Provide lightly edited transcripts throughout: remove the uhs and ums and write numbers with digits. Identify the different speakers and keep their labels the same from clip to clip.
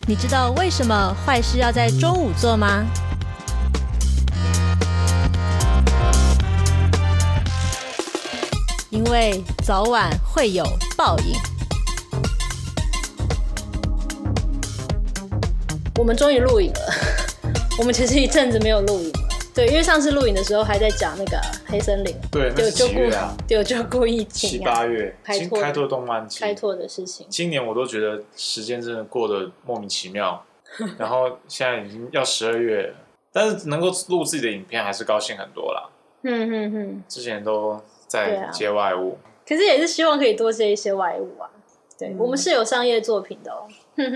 Speaker 1: 你知道为什么坏事要在中午做吗？因为早晚会有报应。
Speaker 2: 我们终于录影了，我们其实一阵子没有录影了。对，因为上次录影的时候还在讲那个黑森林，
Speaker 3: 对，那是几月啊？
Speaker 2: 对，就故意请
Speaker 3: 7、8月开拓动漫季，
Speaker 2: 开拓的事情。
Speaker 3: 今年我都觉得时间真的过得莫名其妙，然后现在已经要12月了，但是能够录自己的影片还是高兴很多啦。之前都在接外务，
Speaker 2: 可是也是希望可以多接一些外务啊。对，我们是有商业作品的哦。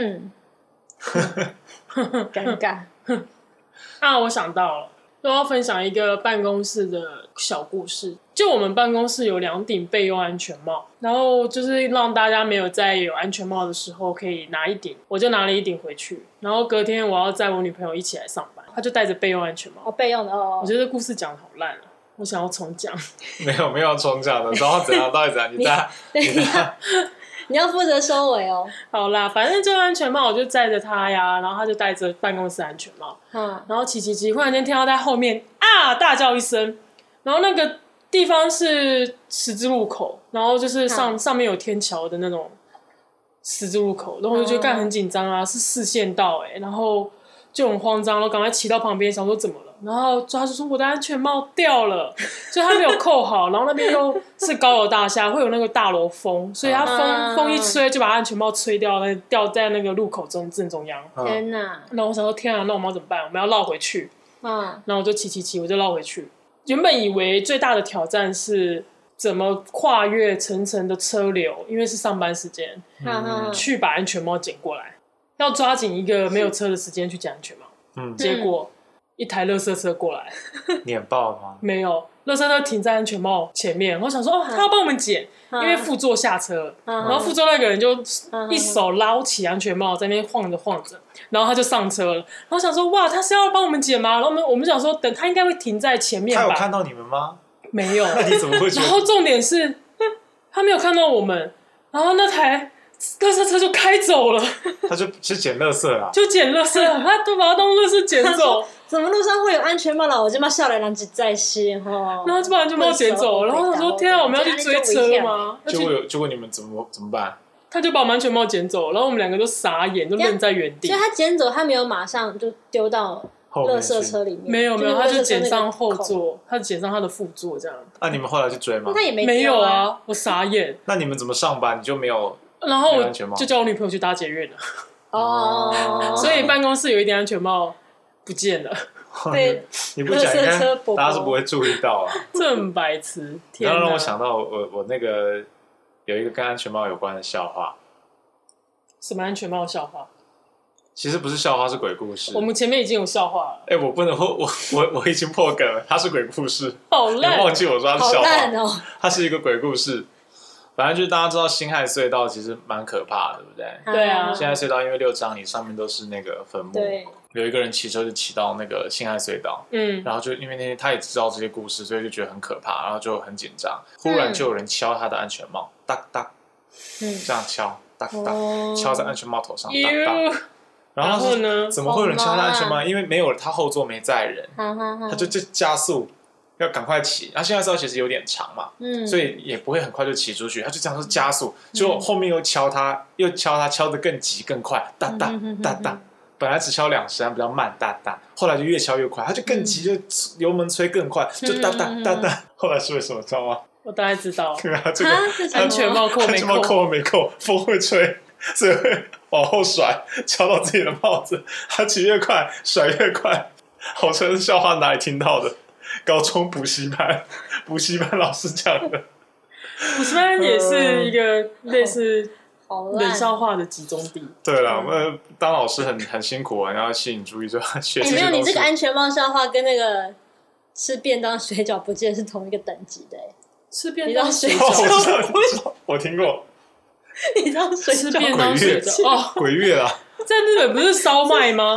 Speaker 2: 尴尬。
Speaker 4: 啊，我想到了，我要分享一个办公室的小故事。就我们办公室有2顶备用安全帽，然后就是让大家没有在有安全帽的时候可以拿一顶，我就拿了1顶回去。然后隔天我要载我女朋友一起来上班，她就戴着备用安全帽。
Speaker 2: 备用的哦。
Speaker 4: 我觉得故事讲得好烂啊，我想要重讲。
Speaker 3: 没有要重讲的，然后怎样？到底怎样？
Speaker 2: 你要负责收尾哦。
Speaker 4: 好啦，反正就安全帽，我就载着他呀，然后他就戴着办公室安全帽，然后骑，忽然间听到在后面啊大叫一声，然后那个地方是十字路口，然后就是上面有天桥的那种十字路口，然后我就觉得干很紧张啊，是4线道然后就很慌张，然后赶快骑到旁边，想说怎么了。然后他就说我的安全帽掉了，所以他没有扣好，然后那边又是高楼大厦，会有那个大楼风，所以他风一吹就把安全帽吹掉，掉在那个路口正中央。
Speaker 2: 天哪！
Speaker 4: 然后我想说天啊，那我们要怎么办？我们要绕回去。然后我就骑，我就绕回去。原本以为最大的挑战是怎么跨越层层的车流，因为是上班时间，去把安全帽捡过来，要抓紧一个没有车的时间去捡安全帽。结果一台垃圾车过来，
Speaker 3: 碾爆吗？
Speaker 4: 没有，垃圾车停在安全帽前面。我想说，他要帮我们捡，因为副座下车，然后副座那个人就一手捞起安全帽，在那边晃着，然后他就上车了。然后想说，哇，他是要帮我们捡吗？然后我们想说，等他应该会停在前面吧。
Speaker 3: 他有看到你们吗？
Speaker 4: 没有。
Speaker 3: 那你怎么会觉得？
Speaker 4: 然后重点是，他没有看到我们，然后那台垃圾车就开走了。
Speaker 3: 他就是捡垃圾啦，
Speaker 4: 就捡垃圾，他都把它当垃圾捡走。
Speaker 2: 怎么路上会有安全帽啦？我就把下来人在心哈，
Speaker 4: 然后就把安全帽捡走，然后他说：“天啊，我们要去追车吗？”
Speaker 3: 结果你们怎么办？
Speaker 4: 他就把我们安全帽捡走，然后我们2个都傻眼，就愣在原地。
Speaker 2: 所以他捡走，他没有马上就丢到垃圾车里面，
Speaker 4: 没有，他就捡上后座，他捡上他的副座这样。
Speaker 3: 那你们后来去追吗？
Speaker 2: 他也
Speaker 4: 没有啊，我傻眼。
Speaker 3: 那你们怎么上班？你就没有？
Speaker 4: 然后我就叫我女朋友去搭捷运了。所以办公室有一顶安全帽不见了。
Speaker 2: 对，
Speaker 3: 你不讲，应该大家是不会注意到啊。
Speaker 4: 这很白痴。
Speaker 3: 然后让我想到我那个有一个跟安全帽有关的笑话。
Speaker 4: 什么安全帽笑话？
Speaker 3: 其实不是笑话，是鬼故事。
Speaker 4: 我们前面已经有笑话了。
Speaker 3: 我不能，我已经破梗了，它是鬼故事。
Speaker 4: 好烂！
Speaker 3: 你忘记我说它是笑话？
Speaker 2: 好烂哦！
Speaker 3: 它是一个鬼故事。反正就是大家知道辛亥隧道其实蛮可怕的，对不对？
Speaker 4: 对啊。
Speaker 3: 辛亥隧道因为6张里上面都是那个坟墓。
Speaker 2: 对。有
Speaker 3: 一个人骑车就骑到那个辛亥隧道，然后就因为那天他也知道这些故事，所以就觉得很可怕，然后就很紧张。忽然就有人敲他的安全帽，哒哒，这样敲，哒哒，敲在安全帽头上，哒哒。然后呢？怎么会有人敲他安全帽？因为没有他后座没载人，他就加速。要赶快骑，然后现在隧道其实有点长嘛，所以也不会很快就骑出去，他就这样说加速，就后面又敲他，敲得更急更快，哒哒哒哒，本来只敲2声比较慢，哒哒，后来就越敲越快，他就更急，就油门吹更快，就哒哒哒哒，后来是为什么知道吗？
Speaker 4: 我大概知道，
Speaker 3: 对啊，这个
Speaker 4: 安全帽扣
Speaker 3: 没扣，风会吹，所以会往后甩，敲到自己的帽子，他骑越快甩越快，好像是笑话哪里听到的？高中补习班老师讲的，
Speaker 4: 补习班也是一个类似冷笑话的集中地。
Speaker 3: 对啦，我们当老师很辛苦啊，然后吸引注意就要学这些东西。
Speaker 2: 没有，你这个安全帽笑话跟那个吃便当水饺不见是同一个等级的。
Speaker 4: 吃便当水
Speaker 3: 饺，我听过。
Speaker 2: 你知道水
Speaker 4: 饺？吃便当水饺哦，
Speaker 3: 鬼月啊，
Speaker 4: 在日本不是烧麦吗？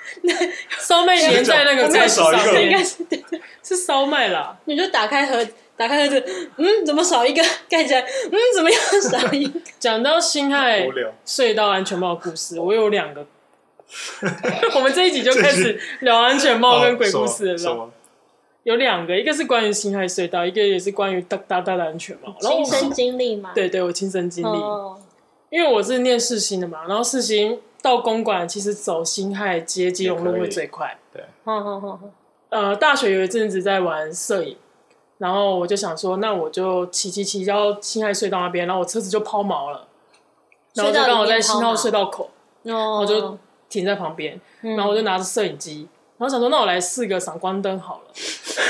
Speaker 4: 烧麦粘在那个菜市上面，是烧麦啦。
Speaker 2: 你就打开打开盒子，怎么少一个？盖起来，怎么又少一个？
Speaker 4: 讲到辛亥隧道安全帽的故事，我有2个。我们这一集就开始聊安全帽跟鬼故事了。有2个，一个是关于辛亥隧道，一个也是关于哒哒哒的安全帽。
Speaker 2: 亲身经历吗？
Speaker 4: 对，我亲身经历。因为我是念世新的嘛，然后世新到公馆其实走辛亥街基隆路会最快。
Speaker 3: 对。
Speaker 4: 大学有一阵子在玩摄影，然后我就想说，那我就骑到辛亥隧道那边，然后我车子就抛锚了，然后就刚好在信号隧道口，我就停在旁边，然后我就拿着摄影机，然后想说，那我来试个闪光灯好了。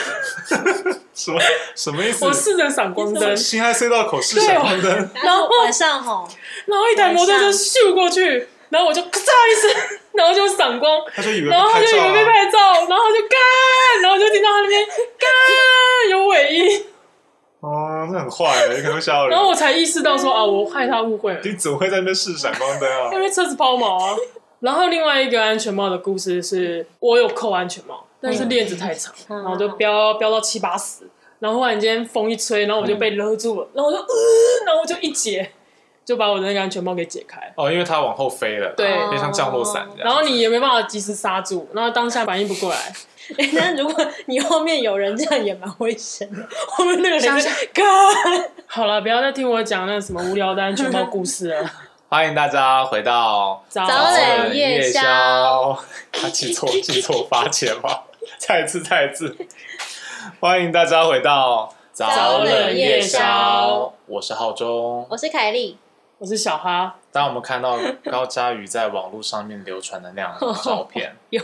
Speaker 3: 什么意思？
Speaker 4: 我试着闪光灯，
Speaker 3: 辛亥隧道口是闪光灯，
Speaker 2: 然后晚上
Speaker 4: 然后一台摩托车咻过去，然后我就咔嚓一声，然后就闪光，然后他就以为被拍照，然后就干，然后就听到他那边干有尾音。
Speaker 3: 这很坏，有可能会吓到人。
Speaker 4: 然后我才意识到说我害他误会了。
Speaker 3: 你怎么会在那边试闪光灯啊？
Speaker 4: 因为车子抛锚啊。然后另外一个安全帽的故事是，我有扣安全帽，但是链子太长，然后就飙到70、80，然后忽然间风一吹，然后我就被勒住了，然后我就然后我就一解，就把我的那个安全帽给解开。
Speaker 3: 因为它往后飞了，
Speaker 4: 对，
Speaker 3: 有点像降落伞这样。
Speaker 4: 然后你也没办法及时刹住，然后当下反应不过来。
Speaker 2: 但如果你后面有人，这样也蛮危险的。后面那个人
Speaker 4: 好了，不要再听我讲那什么无聊的安全帽故事了。
Speaker 3: 欢迎大家回到
Speaker 2: 早冷夜宵。
Speaker 3: 他记错罚钱吗？再一次。欢迎大家回到
Speaker 2: 早冷夜宵。
Speaker 3: 我是浩中，
Speaker 2: 我是凯莉，
Speaker 4: 我是小哈。
Speaker 3: 当我们看到高嘉瑜在网络上面流传的那样的照片，
Speaker 2: 有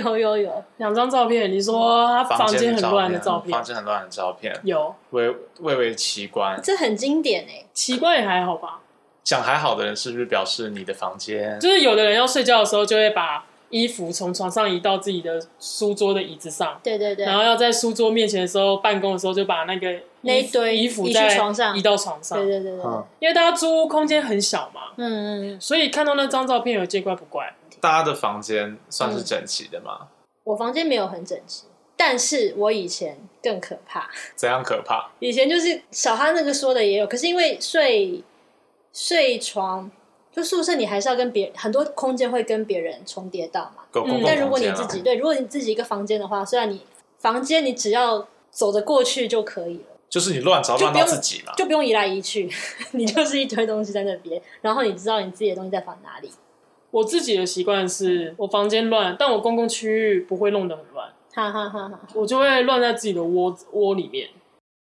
Speaker 4: 2张照片。你说他房间很乱的照片，
Speaker 3: 房间很乱的照片，
Speaker 4: 有
Speaker 3: 微微奇观，
Speaker 2: 这很经典
Speaker 4: 奇观也还好吧。
Speaker 3: 讲还好的人是不是表示你的房间？
Speaker 4: 就是有的人要睡觉的时候，就会把衣服从床上移到自己的书桌的椅子上。
Speaker 2: 对。
Speaker 4: 然后要在书桌面前的时候，办公的时候就把那一堆衣服再移到床上。
Speaker 2: 对。
Speaker 4: 因为大家租屋空间很小嘛，所以看到那张照片有见怪不怪。
Speaker 3: 大家的房间算是整齊的吗？
Speaker 2: 我房间没有很整齐，但是我以前更可怕。
Speaker 3: 怎样可怕？
Speaker 2: 以前就是小哈那个说的也有，可是因为睡床就宿舍，你还是要跟很多空间会跟别人重叠到嘛。但如果你自己如果你自己一个房间的话，虽然你房间你只要走得过去就可以了，
Speaker 3: 就是你只要乱到自己嘛，
Speaker 2: 就不用移来移去，你就是一堆东西在那边，然后你知道你自己的东西在放哪里。
Speaker 4: 我自己的习惯是我房间乱，但我公共区域不会弄得很乱，我就会乱在自己的窝里面。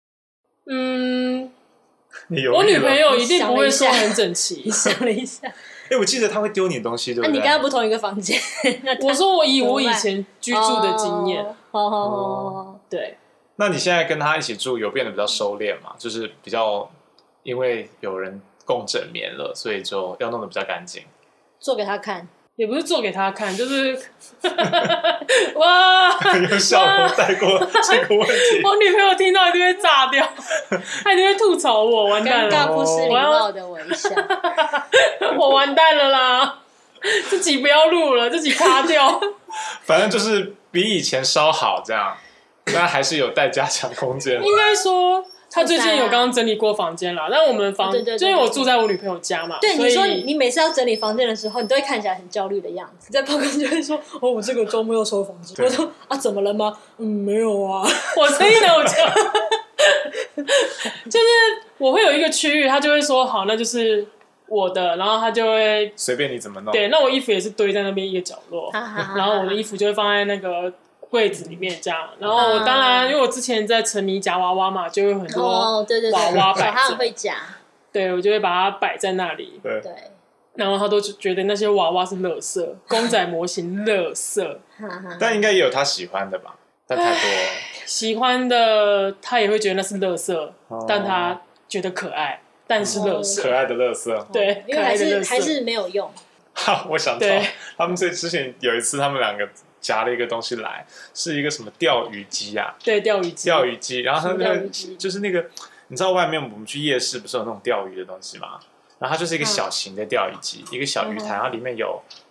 Speaker 4: 我女朋友一定不会说很整齐。
Speaker 2: 你想了一下，
Speaker 3: 我记得她会丢你的东西，对不对？
Speaker 2: 你刚刚不同一个房间。
Speaker 4: 我说我以前居住的经验。对。
Speaker 3: 那你现在跟她一起住，有变得比较收敛吗？就是比较因为有人共枕眠了，所以就要弄得比较干净。
Speaker 2: 做给她看。
Speaker 4: 也不是做给他看，就是哇，
Speaker 3: 用笑容带过这个问题。
Speaker 4: 我女朋友听到一定会炸掉，她一定会吐槽我，完蛋了，
Speaker 2: 尴尬不失礼貌的微笑。
Speaker 4: 我完蛋了啦，自己不要录了，自己卡掉。
Speaker 3: 反正就是比以前稍好这样，但还是有待加强空间。
Speaker 4: 应该说。他最近有刚刚整理过房间啦，但我们房就因为我住在我女朋友家嘛，
Speaker 2: 对，你说你每次要整理房间的时候，你都会看起来很焦虑的样子，在报告就会说我这个周末要收房间，我说怎么了吗？没有啊，
Speaker 4: 我声音有讲，就是我会有一个区域，他就会说好，那就是我的，然后他就会
Speaker 3: 随便你怎么弄，
Speaker 4: 对，那我衣服也是堆在那边一个角落，然后我的衣服就会放在那个柜子里面这样，然后我当然因为我之前在沉迷夹娃娃嘛，就有很多娃娃摆着，
Speaker 2: 他很会夹，
Speaker 4: 对，我就会把它摆在那里，
Speaker 3: 对，
Speaker 4: 然后他都觉得那些娃娃是垃圾，公仔模型垃圾，
Speaker 3: 但应该也有他喜欢的吧？但太多了，
Speaker 4: 喜欢的他也会觉得那是垃圾，但他觉得可爱，但是垃圾，
Speaker 3: 可爱的垃圾，
Speaker 4: 对，
Speaker 2: 因为还是没有用。
Speaker 3: 我想到他们之前有一次，他们两个夹了一个东西来，是一个什么钓鱼机啊？
Speaker 4: 对，钓鱼机。然后它
Speaker 3: 就是那个，你知道外面我们去夜市不是有那种钓鱼的东西吗？然后它就是一个小型的钓鱼机，一个小鱼台，然后里面有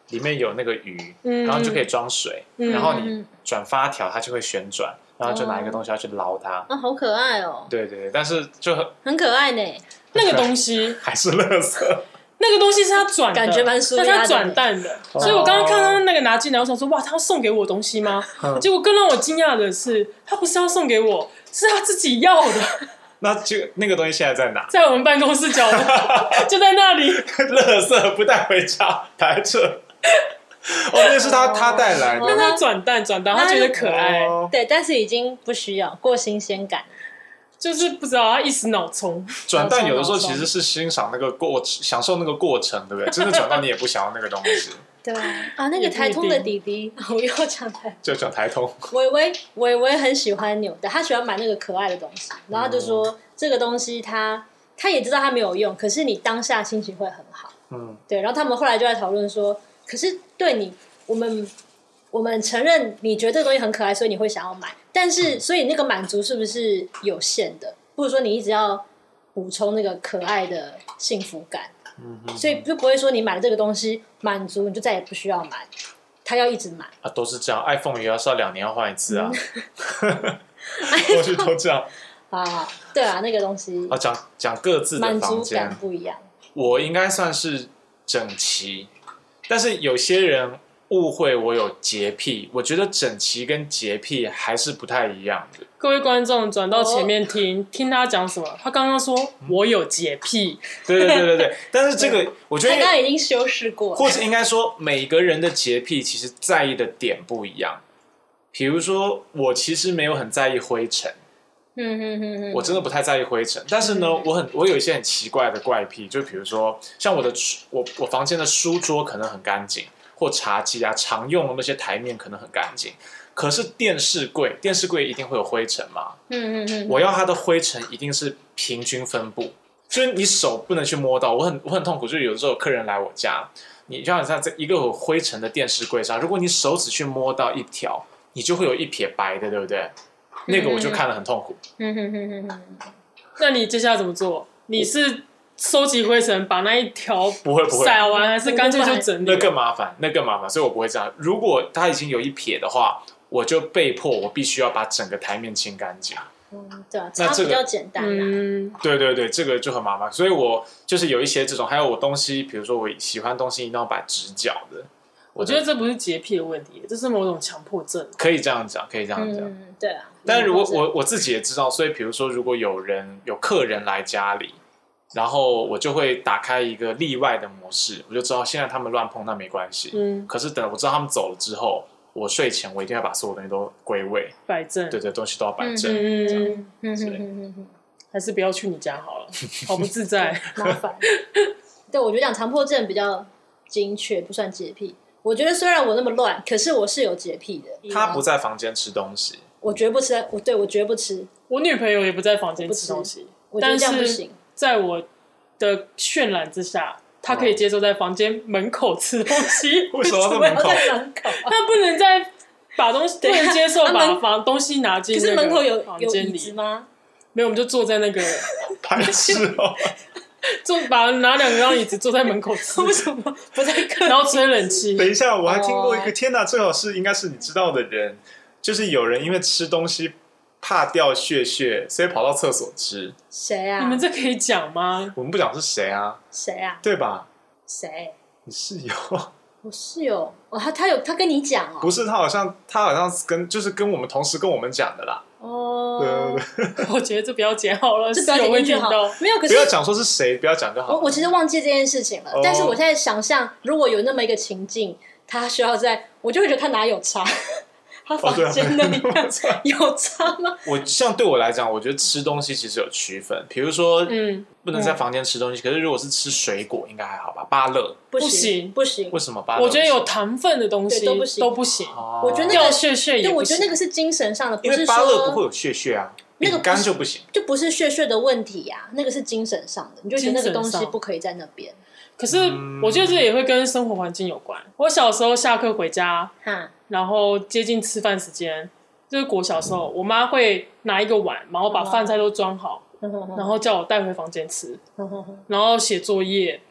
Speaker 3: 里面有那个鱼，然后就可以装水，然后你转发条它就会旋转，然后就拿一个东西要去捞它。
Speaker 2: 好可爱哦！
Speaker 3: 对对对，但是就
Speaker 2: 很可爱呢。
Speaker 4: 那个东西
Speaker 3: 还是垃圾。
Speaker 4: 那个东西是他转的，
Speaker 2: 感觉蛮舒压的，
Speaker 4: 但是他转蛋的，所以我刚刚看到那个拿进来，我想说哇，他要送给我东西吗？结果更让我惊讶的是，他不是要送给我，是他自己要的。
Speaker 3: 那个东西现在在哪？
Speaker 4: 在我们办公室角落，就在那里。
Speaker 3: 垃圾不带回家，抬着。那是他带来的。
Speaker 4: 但他转蛋，他觉得可爱。
Speaker 2: 对，但是已经不需要过新鲜感。
Speaker 4: 就是不知道他一时脑冲。
Speaker 3: 转蛋有的时候其实是欣赏那个享受那个过程，对不对？真的转到你也不想要那个东西。
Speaker 2: 对啊，那个台通的弟弟，我又讲台，
Speaker 3: 就讲台通。
Speaker 2: 伟伟很喜欢扭蛋，他喜欢买那个可爱的东西，然后他就说这个东西他也知道他没有用，可是你当下心情会很好。对，然后他们后来就在讨论说，可是对你我们承认你觉得这个东西很可爱，所以你会想要买，但是所以那个满足是不是有限的？不如说你一直要补充那个可爱的幸福感，所以就不会说你买了这个东西满足，你就再也不需要买，他要一直买
Speaker 3: 啊，都是这样。iPhone 也要2年要换一次啊，过去都这样
Speaker 2: 啊。对啊，那个东西
Speaker 3: 啊，讲各自的房间，
Speaker 2: 满足感不一样。
Speaker 3: 我应该算是整齐，但是有些人误会我有洁癖，我觉得整齐跟洁癖还是不太一样的。
Speaker 4: 各位观众转到前面听他讲什么？他刚刚说我有洁癖，
Speaker 3: 对，但是这个我觉得
Speaker 2: 他刚刚已经修饰过了，
Speaker 3: 或者应该说每个人的洁癖其实在意的点不一样。比如说我其实没有很在意灰尘，我真的不太在意灰尘，但是呢，我有一些很奇怪的怪癖，就比如说像我房间的书桌可能很干净，或茶几啊常用的那些台面可能很干净，可是电视柜一定会有灰尘嘛，我要它的灰尘一定是平均分布，就是你手不能去摸到，我很痛苦，就是有的时候有客人来我家，你就像在一个有灰尘的电视柜上，如果你手指去摸到一条，你就会有一撇白的，对不对？那个我就看得很痛苦。
Speaker 4: 那你接下来怎么做？你是收集灰尘，把那一条
Speaker 3: 不会
Speaker 4: 撒完，还是干脆就整理？
Speaker 3: 那更麻烦，所以我不会这样。如果它已经有一撇的话，我就被迫我必须要把整个台面清干净。
Speaker 2: 对啊，它比较简单啦。
Speaker 3: 对，这个就很麻烦，所以我就是有一些这种，还有我东西，比如说我喜欢东西一定要摆直角的。
Speaker 4: 我觉得这不是洁癖的问题，这是某种强迫症。
Speaker 3: 可以这样讲，对
Speaker 2: 啊。
Speaker 3: 但是如果我自己也知道，所以比如说如果有客人来家里，然后我就会打开一个例外的模式，我就知道现在他们乱碰那没关系。可是等我知道他们走了之后，我睡前我一定要把所有东西都归位
Speaker 4: 摆正。
Speaker 3: 对，东西都要摆正。
Speaker 4: 还是不要去你家好了，好不自在，
Speaker 2: 麻烦。对，我觉得讲强迫症比较精确，不算洁癖。我觉得虽然我那么乱，可是我是有洁癖的。
Speaker 3: 他不在房间吃东西，
Speaker 2: 我绝不吃。我绝不吃。
Speaker 4: 我女朋友也不在房间吃东西，
Speaker 2: 我觉得这样不行。
Speaker 4: 在我的渲染之下，她可以接受在房间门口吃东西。
Speaker 3: 为什么要在门口？
Speaker 4: 她不能把东西，不能接受把东西拿进。
Speaker 2: 可是门口有椅子吗？
Speaker 4: 没有，我们就坐在那个
Speaker 3: 排斥哦。
Speaker 4: 拿2张椅子坐在门口吃，
Speaker 2: 为什么不在客？
Speaker 4: 然后吹冷气。
Speaker 3: 等一下，我还听过一个，天哪，最好是应该是你知道的人，就是有人因为吃东西怕掉屑，所以跑到厕所吃。
Speaker 2: 谁啊？
Speaker 4: 你们这可以讲吗？
Speaker 3: 我们不讲是谁啊？
Speaker 2: 谁啊？
Speaker 3: 对吧？
Speaker 2: 谁？
Speaker 3: 你室友？
Speaker 2: 我室友哦，他跟你讲哦？
Speaker 3: 不是，他好像跟我们同时跟我们讲的啦。对，
Speaker 4: 我觉得这不要剪好了，室友会听到。
Speaker 2: 没有，可是
Speaker 3: 不要讲说是谁，不要讲就好。
Speaker 2: 我其实忘记这件事情了，但是我现在想象，如果有那么一个情境，他需要我就会觉得他哪有差。他房间那里有差吗？
Speaker 3: 对我来讲，我觉得吃东西其实有区分，比如说，不能在房间吃东西。可是如果是吃水果，应该还好吧？芭乐
Speaker 2: 不行，
Speaker 3: 为什么芭乐？
Speaker 4: 我觉得有糖分的东西都不行。
Speaker 2: 我觉得
Speaker 4: 掉屑也不行。
Speaker 2: 对，我觉得那个是精神上的，
Speaker 3: 因为芭乐不会有屑啊，那个干就不行，
Speaker 2: 就不是屑的问题呀，那个是精神上的，你就觉得那个东西不可以在那边。
Speaker 4: 可是我觉得这也会跟生活环境有关。我小时候下课回家，然后接近吃饭时间，就是国小时候，我妈会拿一个碗，然后把饭菜都装好，然后叫我带回房间吃，然后写作业，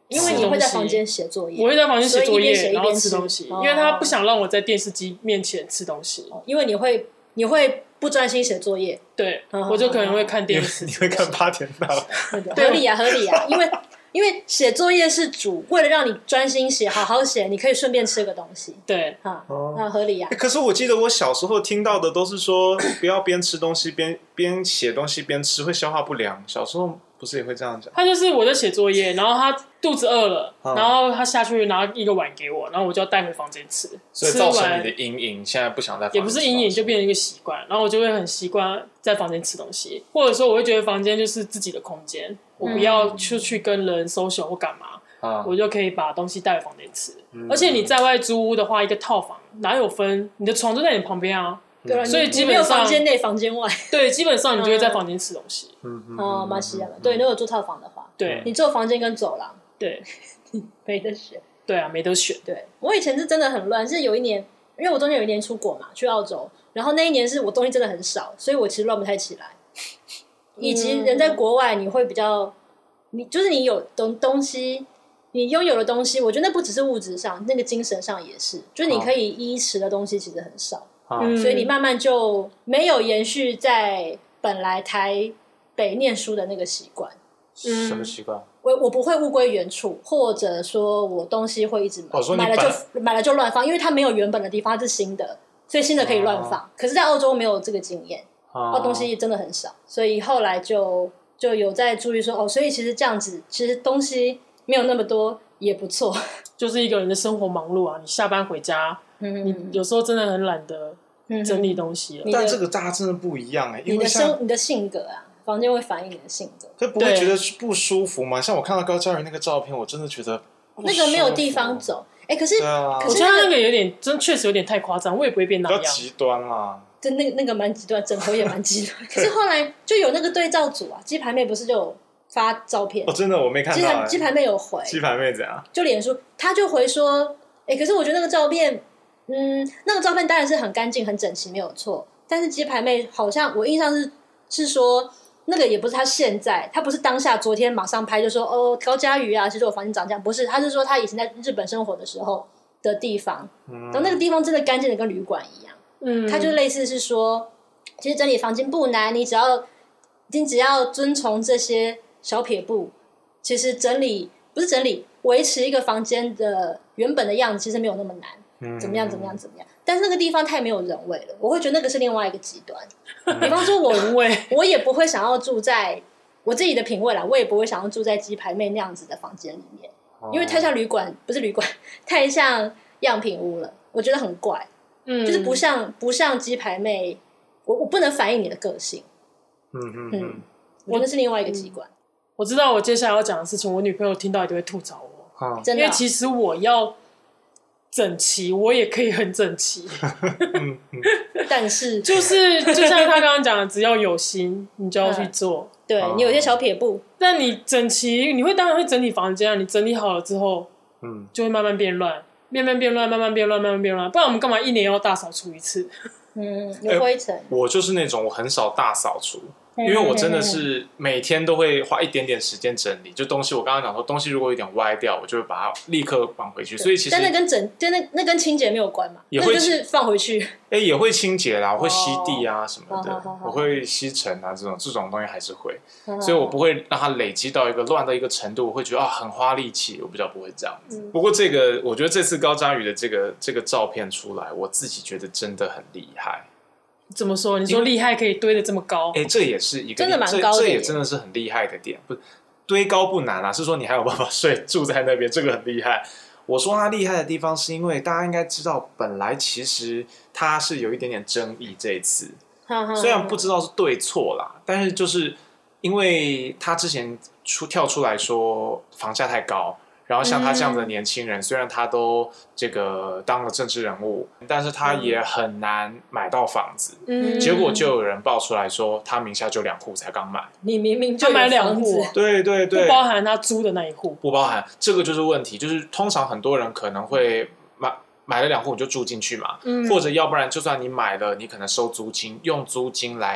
Speaker 2: 因为你会在房间写作业，
Speaker 4: 我会在房间写作业，
Speaker 2: 所以
Speaker 4: 然后吃东西，因为他不想让我在电视机面前吃东西，
Speaker 2: 因为你会不专心写作业，
Speaker 4: 对，我就可能会看电视，
Speaker 3: 你会看8点档，
Speaker 2: 合理啊，因为写作业是主，为了让你专心写，好好写，你可以顺便吃个东西，
Speaker 4: 对，
Speaker 2: 那合理啊。
Speaker 3: 可是我记得我小时候听到的都是说，不要边吃东西边写东西边吃，会消化不良。小时候不是也会这样讲？
Speaker 4: 他就是我在写作业，然后他肚子饿了，然后他下去拿一个碗给我，然后我就要带回房间吃，
Speaker 3: 所以造成你的阴影，现在不想在房间吃。
Speaker 4: 也不是阴影，就变成一个习惯，然后我就会很习惯在房间吃东西，或者说我会觉得房间就是自己的空间，我不要出去跟人 social 或干嘛，我就可以把东西带回房间吃。而且你在外租屋的话，一个套房哪有分？你的床就在你旁边啊。
Speaker 2: 对，
Speaker 4: 所以基本上
Speaker 2: 你没有房间内、房间外。
Speaker 4: 对，基本上你就会在房间吃东西。
Speaker 2: 马西亚对，如果住套房的话，
Speaker 4: 对，
Speaker 2: 你只有房间跟走廊，
Speaker 4: 对，
Speaker 2: 没得选。
Speaker 4: 对啊，没得选。
Speaker 2: 对，我以前是真的很乱，是有一年，因为我中间有一年出国嘛，去澳洲，然后那一年是我东西真的很少，所以我其实乱不太起来。以及人在国外，你会比较，就是你有东西。你拥有的东西，我觉得那不只是物质上，那个精神上也是，就是你可以依持的东西其实很少，所以你慢慢就没有延续在本来台北念书的那个习惯。
Speaker 3: 什么习惯？
Speaker 2: 我不会物归原处，或者说我东西会一直买了就乱放，因为它没有原本的地方，它是新的，所以新的可以乱放。可是，在澳洲没有这个经验，东西真的很少，所以后来就有在注意说，所以其实这样子，其实东西没有那么多也不错，
Speaker 4: 就是一个人的生活忙碌啊。你下班回家，你有时候真的很懒得整理东西了。
Speaker 3: 但这个大家真的不一样因为
Speaker 2: 你的性格啊，房间会反映你的性格。
Speaker 3: 可不会觉得不舒服吗？像我看到高嘉瑜那个照片，我真的觉得
Speaker 2: 那个没有地方走。可是
Speaker 4: 我觉得那个有点确实有点太夸张，我也不会变那样。
Speaker 3: 比较极端啦。
Speaker 2: 就那个蛮极端，枕头也蛮极端。可是后来就有那个对照组啊，鸡排妹不是就有发照片？
Speaker 3: 真的我没看到。
Speaker 2: 鸡排妹有回。
Speaker 3: 鸡排妹怎样？
Speaker 2: 就脸书，他就回说，可是我觉得那个照片，那个照片当然是很干净、很整齐，没有错。但是鸡排妹好像我印象是说，那个也不是他现在，他不是当下昨天马上拍就说高嘉瑜啊，其实我房间长这样，不是，他是说他以前在日本生活的时候的地方，然后那个地方真的干净的跟旅馆一样。他就类似是说，其实整理房间不难，你只要遵从这些小撇步，其实不是整理，维持一个房间的原本的样子，其实没有那么难。怎么样？但是那个地方太没有人味了，我会觉得那个是另外一个极端。比方说我也不会想要住在我自己的品味啦，我也不会想要住在鸡排妹那样子的房间里面，因为太像不是旅馆，太像样品屋了，我觉得很怪。就是不像鸡排妹，我不能反映你的个性。我觉得是另外一个习惯。
Speaker 4: 我知道我接下来要讲的事情，我女朋友听到一定会吐槽我，
Speaker 2: 真的。
Speaker 4: 因为其实我要整齐，我也可以很整齐。
Speaker 2: 但是
Speaker 4: 就像他刚刚讲的，只要有心，你就要去做。
Speaker 2: 对，你有些小撇步，
Speaker 4: 但你整齐，当然会整理房间啊。你整理好了之后，就会慢慢变乱。慢慢变乱，不然我们干嘛一年要大扫除一次？
Speaker 2: 有灰尘。
Speaker 3: 我就是那种我很少大扫除，因为我真的是每天都会花一点点时间整理。就东西，我刚刚讲说，东西如果有点歪掉，我就会把它立刻绑回去。所以其实
Speaker 2: 但那跟清洁没有关嘛，
Speaker 3: 也会
Speaker 2: 那就是放回去。
Speaker 3: 也会清洁啦，我会吸地啊什么的，我会吸尘啊这种东西还是会，所以我不会让它累积到一个乱到一个程度，我会觉得很花力气，我比较不会这样子。不过我觉得这次高嘉瑜的这个照片出来，我自己觉得真的很厉害。
Speaker 4: 怎么说？你说厉害可以堆得这么高？
Speaker 3: 这也是一个
Speaker 2: 真的蛮高的，
Speaker 3: 这也真的是很厉害的点。不，堆高不难啊，是说你还有办法住在那边，这个很厉害。我说他厉害的地方是因为大家应该知道，本来其实他是有一点点争议这一次，虽然不知道是对错啦，但是就是因为他之前跳出来说房价太高。然后像他这样的年轻人，虽然他都这个当了政治人物，但是他也很难买到房子。结果就有人爆出来说，他名下就2户才刚买。
Speaker 2: 你明明就买2户，
Speaker 3: 对，
Speaker 4: 不包含他租的那一户，
Speaker 3: 不包含。这个就是问题，就是通常很多人可能会买了2户你就住进去嘛，或者要不然就算你买了，你可能收租金，用租金来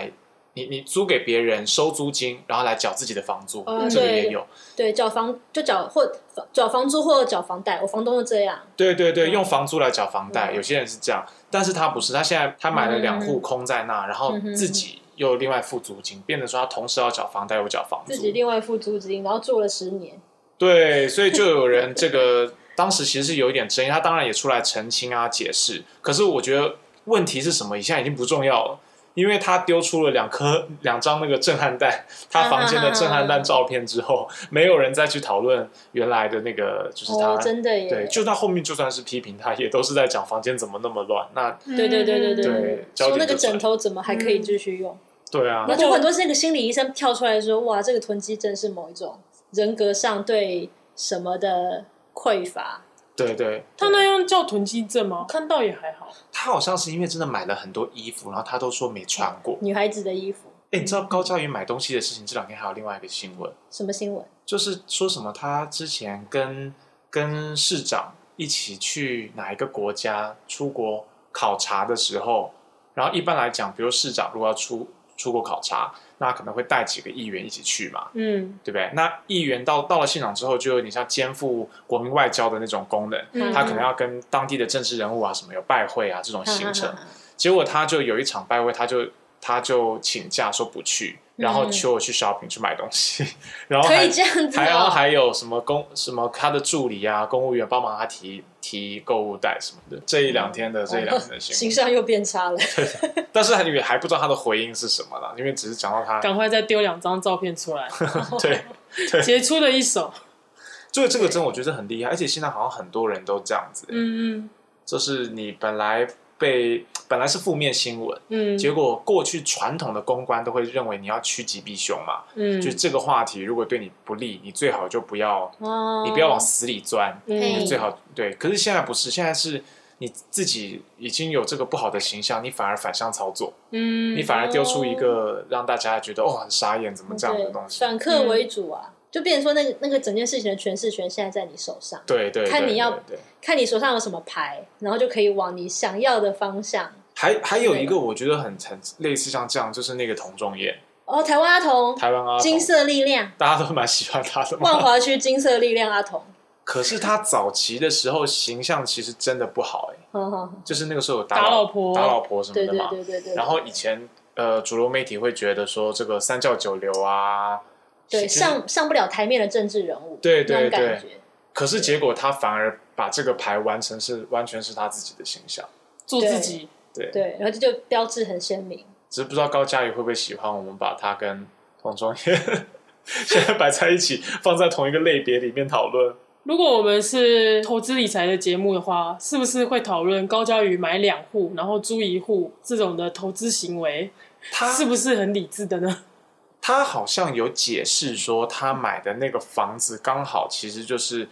Speaker 3: 你租给别人收租金，然后来缴自己的房租，这个也有。
Speaker 2: 对，缴房租或缴房贷，我房东就这样。
Speaker 3: 对对对，用房租来缴房贷，有些人是这样，但是他不是，他现在他买了2户空在那，然后自己又另外付租金，变成说他同时要缴房贷又缴房租，
Speaker 2: 自己另外付租金，然后住了10年。
Speaker 3: 对，所以就有人这个当时其实是有一点争议，他当然也出来澄清啊解释，可是我觉得问题是什么，现在已经不重要了。因为他丢出了2张那个震撼弹，他房间的震撼弹照片之后，没有人再去讨论原来的那个，就是他
Speaker 2: 真的耶。
Speaker 3: 对，就到后面就算是批评他，也都是在讲房间怎么那么乱。那
Speaker 2: 对，说那个枕头怎么还可以继续用？
Speaker 3: 对啊，
Speaker 2: 那就很多是那个心理医生跳出来说，哇，这个囤积症是某一种人格上对什么的匮乏。
Speaker 3: 对对，
Speaker 4: 他那样叫囤积症吗？看到也还好。
Speaker 3: 他好像是因为真的买了很多衣服，然后他都说没穿过
Speaker 2: 女孩子的衣服。
Speaker 3: 你知道高嘉瑜买东西的事情，这2天还有另外一个新闻。
Speaker 2: 什么新闻？
Speaker 3: 就是说什么他之前跟市长一起去哪一个国家出国考察的时候，然后一般来讲，比如市长如果要出国考察，那可能会带几个议员一起去嘛，对不对？那议员到了现场之后，就有点像肩负国民外交的那种功能，他可能要跟当地的政治人物啊什么有拜会啊这种行程。结果他就有一场拜会，他就请假说不去，然后求我去 shopping 去买东西，然后
Speaker 2: 可以这样子
Speaker 3: 然后还有什么他的助理啊公务员帮忙他提购物袋什么的。这一两天的新闻，
Speaker 2: 形象又变差了。
Speaker 3: 但是还不知道他的回应是什么啦，因为只是讲到他
Speaker 4: 赶快再丢2张照片出来。
Speaker 3: 对，
Speaker 4: 杰出的一手。
Speaker 3: 这个真我觉得很厉害，而且现在好像很多人都这样子。就是你本来是负面新闻，结果过去传统的公关都会认为你要趋吉避凶嘛，就是这个话题如果对你不利，你最好就不要，你不要往死里钻，你最好对。可是现在不是，现在是你自己已经有这个不好的形象，你反而反向操作，你反而丢出一个让大家觉得很傻眼，怎么这样的东西？
Speaker 2: 反客为主啊。就变成说那个整件事情的诠释权现在在你手上，
Speaker 3: 对，
Speaker 2: 看你手上有什么牌，然后就可以往你想要的方向。
Speaker 3: 还有一个我觉得很类似像这样，就是那个童仲彦。
Speaker 2: 台湾阿童，金色力量，
Speaker 3: 大家都蛮喜欢他的嘛。
Speaker 2: 万华区金色力量阿童。
Speaker 3: 可是他早期的时候形象其实真的不好就是那个时候有打老婆什么的嘛。对。然后以前主流媒体会觉得说这个3教9流啊。
Speaker 2: 对，上不了台面的政治人物，
Speaker 3: 对，可是结果他反而把这个牌完全是他自己的形象，
Speaker 4: 做自己，
Speaker 2: 对，然后就标志很鲜明。
Speaker 3: 只是不知道高嘉瑜会不会喜欢我们把他跟童仲彦现在摆在一起，放在同一个类别里面讨论。
Speaker 4: 如果我们是投资理财的节目的话，是不是会讨论高嘉瑜买2户然后租1户这种的投资行为，他是不是很理智的呢？
Speaker 3: 他好像有解释说，他买的那个房子刚好其实是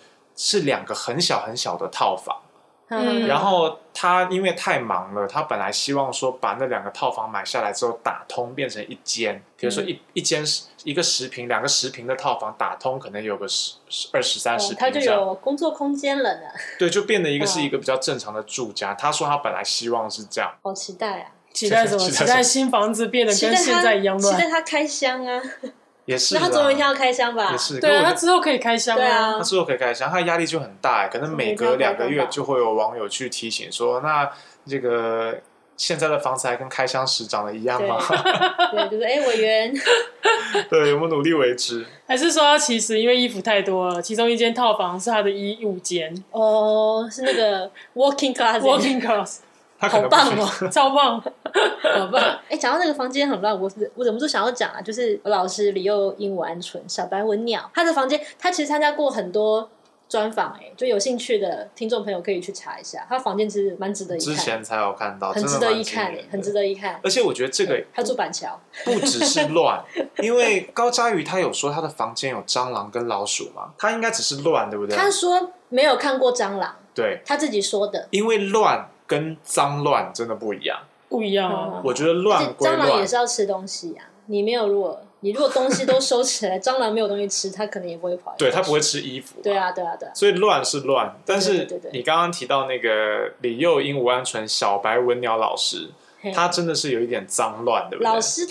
Speaker 3: 2个很小很小的套房，然后他因为太忙了，他本来希望说把那2个套房买下来之后打通变成1间，比如说一间一个10坪2个10坪的套房打通，可能有个20-30坪，
Speaker 2: 他就有工作空间了呢。
Speaker 3: 对，就变得是一个比较正常的住家。他说他本来希望是这样，
Speaker 2: 好期待啊！
Speaker 4: 期待什么？期待新房子变得跟现在一样乱。
Speaker 2: 期待他开箱啊！
Speaker 3: 也是，
Speaker 2: 那他总有一天要开箱吧？
Speaker 3: 也是，
Speaker 4: 对啊，他之后可以开箱啊。
Speaker 3: 他之后可以开箱，他的压力就很大，可能每隔2个月就会有网友去提醒说，那这个现在的房子还跟开箱时长得一样吗？
Speaker 2: 对，就是委员，
Speaker 3: 对，有没有努力为之？
Speaker 4: 还是说其实因为衣服太多了，其中1间套房是他的衣物间？
Speaker 2: 是那个 walking class。好棒哦，
Speaker 4: 超棒，
Speaker 2: 好棒！讲到那个房间很乱，我忍不住想要讲啊，就是我老师李幼鹦鹉鹌鹑小白文鸟，他的房间，他其实参加过很多专访，就有兴趣的听众朋友可以去查一下，他房间其实蛮值得一看，
Speaker 3: 之前才有看到，
Speaker 2: 很值得一看，很值得一看。
Speaker 3: 而且我觉得这个
Speaker 2: 他住板桥，
Speaker 3: 不只是乱，因为高嘉瑜他有说他的房间有蟑螂跟老鼠嘛，他应该只是乱，对不对？
Speaker 2: 他说没有看过蟑螂，对，他自己说的，
Speaker 3: 因为乱跟脏乱真的不一样，
Speaker 4: 不一样啊！
Speaker 3: 我觉得乱归乱，
Speaker 2: 蟑螂也是要吃东西啊。你如果东西都收起来，蟑螂没有东西吃，它可能也不会跑。
Speaker 3: 对，它不会吃衣服。
Speaker 2: 对啊。
Speaker 3: 所以乱是乱，但是你刚刚提到那个李幼鹦鹉鹌鹑小白文鸟老师，他真的是有一点脏乱，对不对？
Speaker 2: 老师他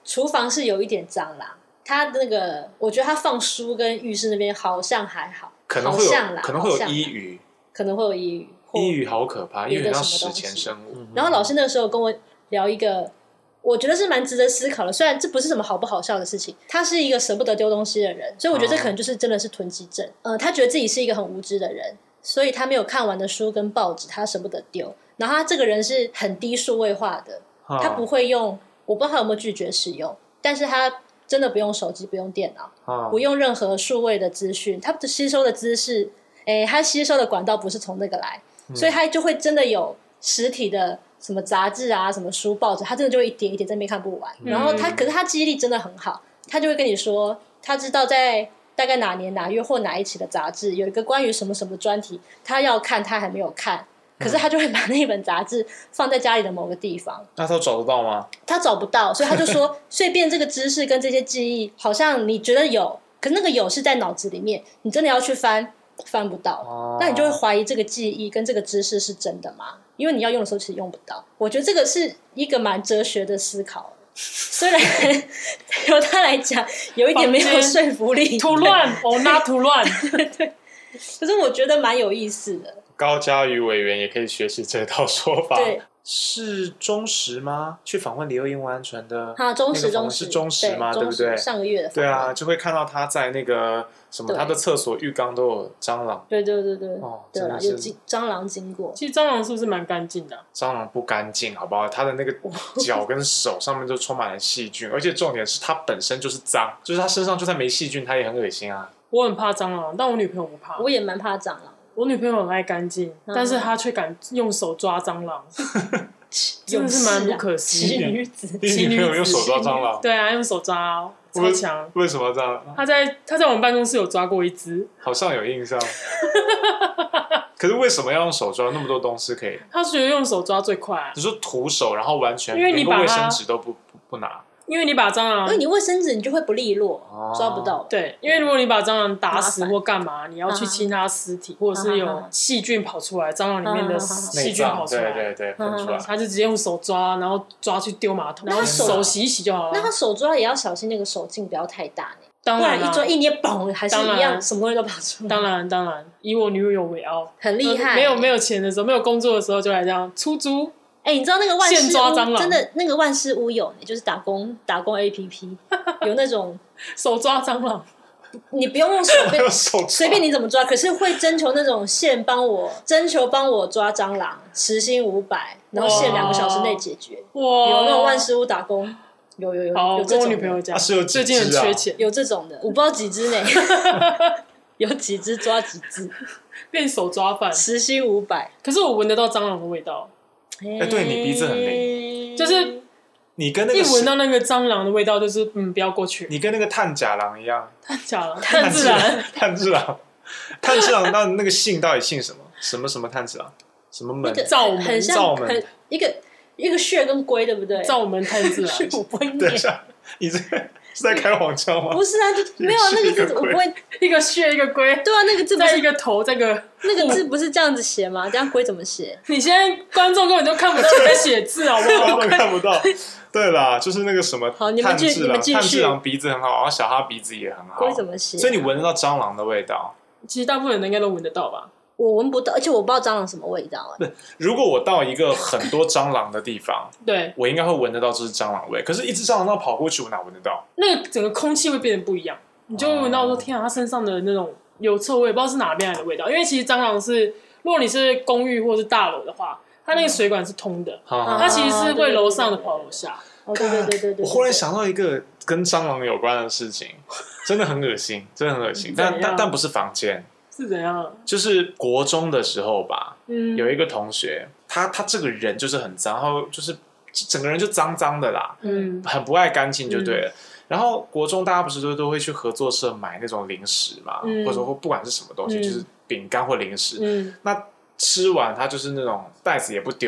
Speaker 2: 厨房是有一点蟑螂，他那个我觉得他放书跟浴室那边好像还好，
Speaker 3: 可能会有衣鱼，
Speaker 2: 可能会有衣鱼，
Speaker 3: 衣鱼好可怕，衣鱼像史前生物。
Speaker 2: 然后老师那个时候跟我聊一个，我觉得是蛮值得思考的，虽然这不是什么好不好笑的事情，他是一个舍不得丢东西的人，所以我觉得这可能就是真的是囤积症。他觉得自己是一个很无知的人，所以他没有看完的书跟报纸他舍不得丢。然后他这个人是很低数位化的，他不会用，我不知道他有没有拒绝使用，但是他真的不用手机，不用电脑，不用任何数位的资讯，他吸收的知识，他吸收的管道不是从那个来，所以他就会真的有实体的什么杂志啊，什么书报纸，他真的就会一点一点在那边看不完。然后可是他记忆力真的很好，他就会跟你说，他知道在大概哪年哪月或哪一期的杂志有一个关于什么什么专题，他要看他还没有看。可是他就会把那本杂志放在家里的某个地方。
Speaker 3: 那他找得到吗？他
Speaker 2: 找不到，所以他就说，碎片这个知识跟这些记忆，好像你觉得有，可是那个有是在脑子里面，你真的要去翻不到。那你就会怀疑这个记忆跟这个知识是真的吗？因为你要用的时候其实用不到。我觉得这个是一个蛮哲学的思考，虽然由他来讲有一点没有说服力，
Speaker 4: 突乱那突乱，
Speaker 2: 对，可是我觉得蛮有意思的。
Speaker 3: 高嘉瑜委员也可以学习这套说法。
Speaker 2: 对，
Speaker 3: 是中时吗？去访问李幼英完全的，
Speaker 2: 中时
Speaker 3: 是中时吗？对不对？
Speaker 2: 上个月的访问。
Speaker 3: 对啊，就会看到他在那个什么，他的厕所浴缸都有蟑螂。
Speaker 2: 对。对了，有蟑螂经过。
Speaker 4: 其实蟑螂是不是蛮干净的？
Speaker 3: 蟑螂不干净，好不好？他的那个脚跟手上面就充满了细菌，而且重点是他本身就是脏，就是他身上就算没细菌，他也很恶心啊。
Speaker 4: 我很怕蟑螂，但我女朋友不怕。
Speaker 2: 我也蛮怕蟑螂。
Speaker 4: 我女朋友很爱干净，但是她却敢用手抓蟑螂，真的是蛮不可思议。
Speaker 3: 你女朋友用手抓蟑螂？
Speaker 4: 对啊，用手抓，超强。
Speaker 3: 为什么这样？
Speaker 4: 她在我们办公室有抓过一只，
Speaker 3: 好像有印象。可是为什么要用手抓？那么多东西可以。
Speaker 4: 她觉得用手抓最快啊。
Speaker 3: 你说徒手，然后完全
Speaker 4: 因为你把
Speaker 3: 卫生纸都不拿。
Speaker 4: 因为你把蟑螂，
Speaker 2: 因为你卫生纸你就会不利落，抓不到。
Speaker 4: 对，因为如果你把蟑螂打死或干嘛，你要去清它尸体，或者是有细菌跑出来，蟑螂里面的细菌跑出来，
Speaker 3: 对，喷出来，
Speaker 4: 他就直接用手抓，然后抓去丢马桶，然后手洗一洗就好了。
Speaker 2: 那他手抓也要小心那个手劲不要太大呢，
Speaker 4: 当然
Speaker 2: 不然一抓一捏，嘣，还是一样，什么东西都跑出来。
Speaker 4: 当然，以我女友为傲，
Speaker 2: 很厉害。
Speaker 4: 没有钱的时候，没有工作的时候，就来这样出租。
Speaker 2: 你知道那个万事屋真的那个万事屋有，就是打工 APP 有那种
Speaker 4: 手抓蟑螂，
Speaker 2: 你不用用手随便你怎么抓，可是会征求那种限帮我抓蟑螂，时薪500，然后限2个小时内解决。有那种万事屋打工，有这种。
Speaker 4: 跟我女朋友讲，最近很缺钱，
Speaker 2: 有这种的，我不知道几只呢，有几只抓几只，
Speaker 4: 变手抓饭，
Speaker 2: 时薪500。
Speaker 4: 可是我闻得到蟑螂的味道。
Speaker 3: 对，你鼻子很灵，
Speaker 4: 就是
Speaker 3: 你跟那个
Speaker 4: 一闻到那个蟑螂的味道，就是不要过去。
Speaker 3: 你跟那个炭甲郎一样，
Speaker 4: 炭甲郎，
Speaker 3: 炭治郎，那个姓到底姓什么？什么炭治郎？什么门？
Speaker 2: 灶门，很像一个穴跟龟，对不对？
Speaker 4: 灶门炭治郎，
Speaker 2: 我不会念。
Speaker 3: 等一下，你这是在开黄腔吗？
Speaker 2: 不是啊，就没有那个字，我不会。
Speaker 4: 一个穴一个龟，
Speaker 2: 对啊，那个字不是
Speaker 4: 一个头，这个
Speaker 2: 那个字不是这样子写吗？这样龟怎么写？
Speaker 4: 你现在观众根本就看不到你在写字，好不好？
Speaker 3: 看不到。对啦，就是那个什么炭治郎鼻子很好，然后小哈鼻子也很好。
Speaker 2: 龟怎么写？
Speaker 3: 所以你闻得到蟑螂的味道。
Speaker 4: 其实大部分人应该都闻得到吧？
Speaker 2: 我闻不到，而且我不知道蟑螂什么味道。
Speaker 3: 如果我到一个很多蟑螂的地方，
Speaker 4: 对，
Speaker 3: 我应该会闻得到这是蟑螂味。可是，一只蟑螂要跑过去，我哪闻得到？
Speaker 4: 那个整个空气会变得不一样，你就会闻到说：“天啊，它身上的那种有臭味，不知道是哪边来的味道。”因为其实蟑螂是，如果你是公寓或是大楼的话，它那个水管是通的，它其实是会楼上的跑楼下。
Speaker 2: 对。
Speaker 3: 我忽然想到一个跟蟑螂有关的事情，真的很恶心，但不是房间。
Speaker 4: 是怎样？
Speaker 3: 就是国中的时候吧，有一个同学，他这个人就是很脏，然后就是整个人就脏脏的啦，很不爱干净就对了。然后国中大家不是都会去合作社买那种零食嘛，或者说不管是什么东西，就是饼干或零食。那吃完他就是那种袋子也不丢，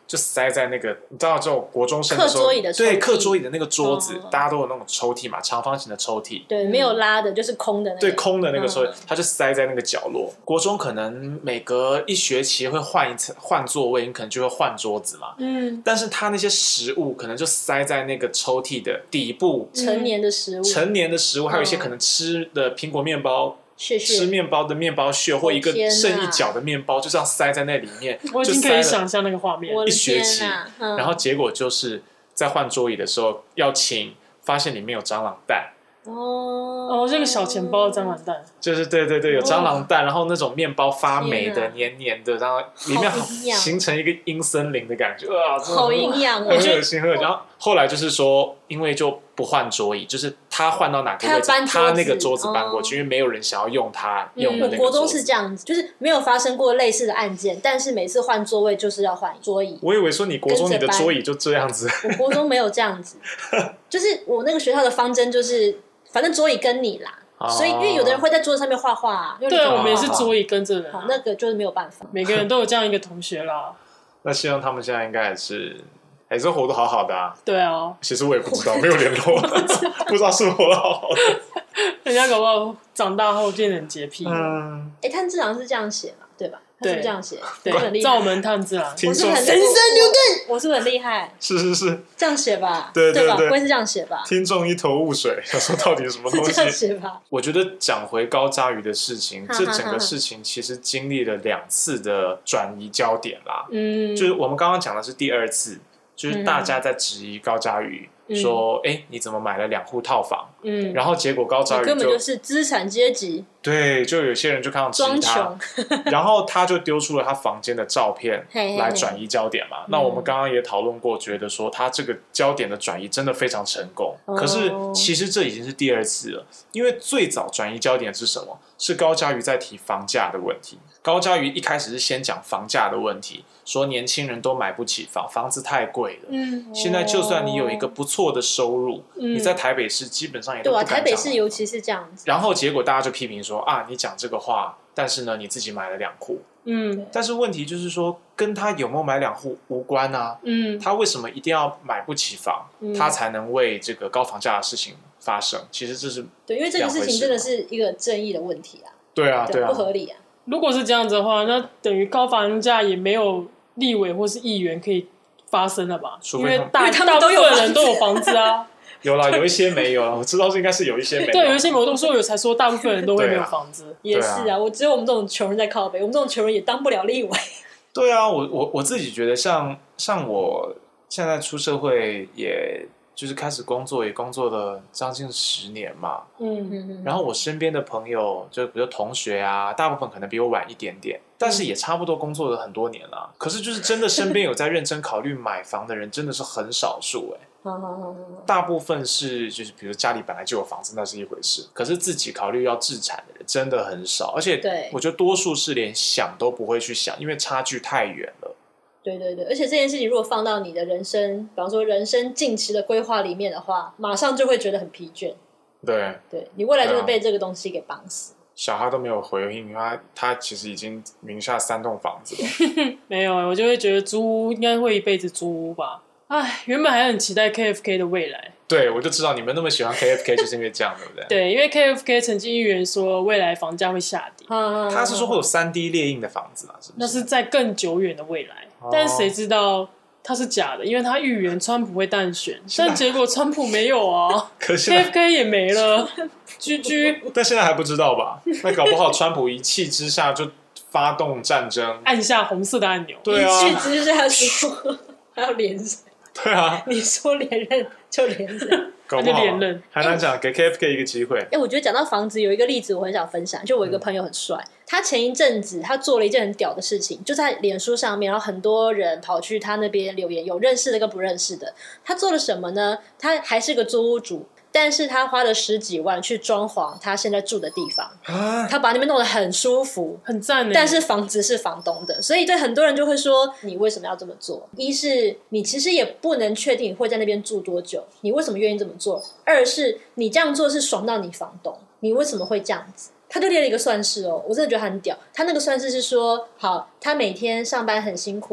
Speaker 3: 就塞在那个你知道这种国中生的时候，对，课桌椅的那个桌子，大家都有那种抽屉嘛，长方形的抽屉，
Speaker 2: 对，没有拉的，就是空的那个，
Speaker 3: 对，空的那个抽屉，他就塞在那个角落。国中可能每隔1学期会换一次换座位，你可能就会换桌子嘛，但是他那些食物可能就塞在那个抽屉的底部，
Speaker 2: 成年的食物，
Speaker 3: 还有一些可能吃的苹果面包。吃面包的面包屑或一个剩一角的面包，就这样塞在那里面。
Speaker 4: 我已经可以想象那个画面。
Speaker 3: 1学期，然后结果就是在换桌椅的时候要请，发现里面有蟑螂蛋。
Speaker 4: 这个小钱包的蟑螂蛋，
Speaker 3: 就是对，有蟑螂蛋，然后那种面包发霉的、黏黏的，然后里面形成一个阴森林的感觉，
Speaker 2: 好营养，
Speaker 3: 很恶心。然后后来就是说，因为就不换桌椅，就是他换到哪个位置，他那个桌子搬过去，因为没有人想要用他用的那个桌子。
Speaker 2: 国中是这样子，就是没有发生过类似的案件，但是每次换座位就是要换桌椅。
Speaker 3: 我以为说你国中你的桌椅就这样子，
Speaker 2: 我国中没有这样子，就是我那个学校的方针就是。反正桌椅跟你啦，所以因为有的人会在桌子上面画画，
Speaker 4: 对啊，我们也是桌椅跟着人，
Speaker 2: 那个就是没有办法，
Speaker 4: 每个人都有这样一个同学啦。
Speaker 3: 那希望他们现在应该还是活得好好的啊。
Speaker 4: 对啊，
Speaker 3: 其实我也不知道，没有联络，不知道是活得好好的。
Speaker 4: 人家搞不好长大后变成洁癖。
Speaker 2: 炭治郎是这样写嘛，对吧？他是这样写，
Speaker 4: 对，灶门炭治郎，
Speaker 2: 我是很神神牛顿，我是不是很厉害？
Speaker 3: 是，
Speaker 2: 这样写吧，
Speaker 3: 对
Speaker 2: 吧？不会是这样写吧？
Speaker 3: 听众一头雾水，想说到底什么东西？
Speaker 2: 这样写吧。
Speaker 3: 我觉得讲回高嘉瑜的事情，这整个事情其实经历了2次的转移焦点啦。就是我们刚刚讲的是第2次，就是大家在质疑高嘉瑜。说你怎么买了2户套房？然后结果高嘉瑜
Speaker 2: 根本就是资产阶级。
Speaker 3: 对，就有些人就看到质疑他，然后他就丢出了他房间的照片来转移焦点嘛。那我们刚刚也讨论过，觉得说他这个焦点的转移真的非常成功。可是其实这已经是第2次了，因为最早转移焦点是什么？是高嘉瑜在提房价的问题。高嘉瑜一开始是先讲房价的问题，说年轻人都买不起房子太贵了。现在就算你有一个不错的收入，你在台北市基本上也都不敢讲。
Speaker 2: 对啊，台北市尤其是这样子。
Speaker 3: 然后结果大家就批评说你讲这个话，但是呢你自己买了2户。但是问题就是说，跟他有没有买2户无关啊。他为什么一定要买不起房，他才能为这个高房价的事情发生？其实这是
Speaker 2: 对，因为这个事情真的是一个正义的问题啊。
Speaker 3: 对啊，
Speaker 2: 不合理啊。
Speaker 4: 如果是这样子的话，那等于高房价也没有立委或是议员可以发生了吧？因为大部分人都有房子啊。
Speaker 3: 有啦，有一些没有啦，我知道是应该是有一些没有。
Speaker 4: 对，有一些没有，所以我才说大部分人都会没有房子。
Speaker 2: 也是啊，只有我们这种穷人在靠北，我们这种穷人也当不了立委。
Speaker 3: 对啊，我自己觉得像我现在出社会，也就是开始工作，也工作了将近10年嘛。然后我身边的朋友，就比如同学啊，大部分可能比我晚一点点，但是也差不多工作了很多年了。可是就是真的身边有在认真考虑买房的人，真的是很少数大部分是就是比如家里本来就有房子，那是一回事，可是自己考虑要置产的人真的很少，而且我觉得多数是连想都不会去想，因为差距太远了。
Speaker 2: 对，而且这件事情如果放到你的人生，比方说人生近期的规划里面的话，马上就会觉得很疲倦。对，你未来就是被这个东西给绑死。
Speaker 3: 小哈都没有回应，因为他其实已经名下3栋房子了。
Speaker 4: 没有，我就会觉得租屋应该会一辈子租屋吧。原本还很期待 KFK 的未来。对，
Speaker 3: 我就知道你们那么喜欢 KFK 就是因为这样，对不对？
Speaker 4: 对，因为 KFK 曾经预言说未来房价会下跌。
Speaker 3: 他是说会有3D 列印的房子嘛？是不是？
Speaker 4: 那是在更久远的未来，但谁知道他是假的？因为他预言川普会当选，但结果川普没有啊，KFK 也没了，GG。
Speaker 3: 但现在还不知道吧？那搞不好川普一气之下就发动战争，
Speaker 4: 按下红色的按钮。
Speaker 3: 对啊，
Speaker 2: 一气之下说还要连任。
Speaker 3: 对啊，
Speaker 2: 你说连任就连任，
Speaker 3: 搞不好还难讲，给 KFK 一个机会。
Speaker 2: 我觉得讲到房子有一个例子我很想分享，就我一个朋友很帅，他前一阵子他做了一件很屌的事情，就在脸书上面，然后很多人跑去他那边留言，有认识的跟不认识的。他做了什么呢？他还是个租屋主，但是他花了10几万去装潢他现在住的地方，他把那边弄得很舒服，
Speaker 4: 很赞。
Speaker 2: 但是房子是房东的，所以对很多人就会说，你为什么要这么做？一是你其实也不能确定你会在那边住多久，你为什么愿意这么做？二是你这样做是爽到你房东，你为什么会这样子？他就列了一个算式我真的觉得他很屌。他那个算式是说，好，他每天上班很辛苦，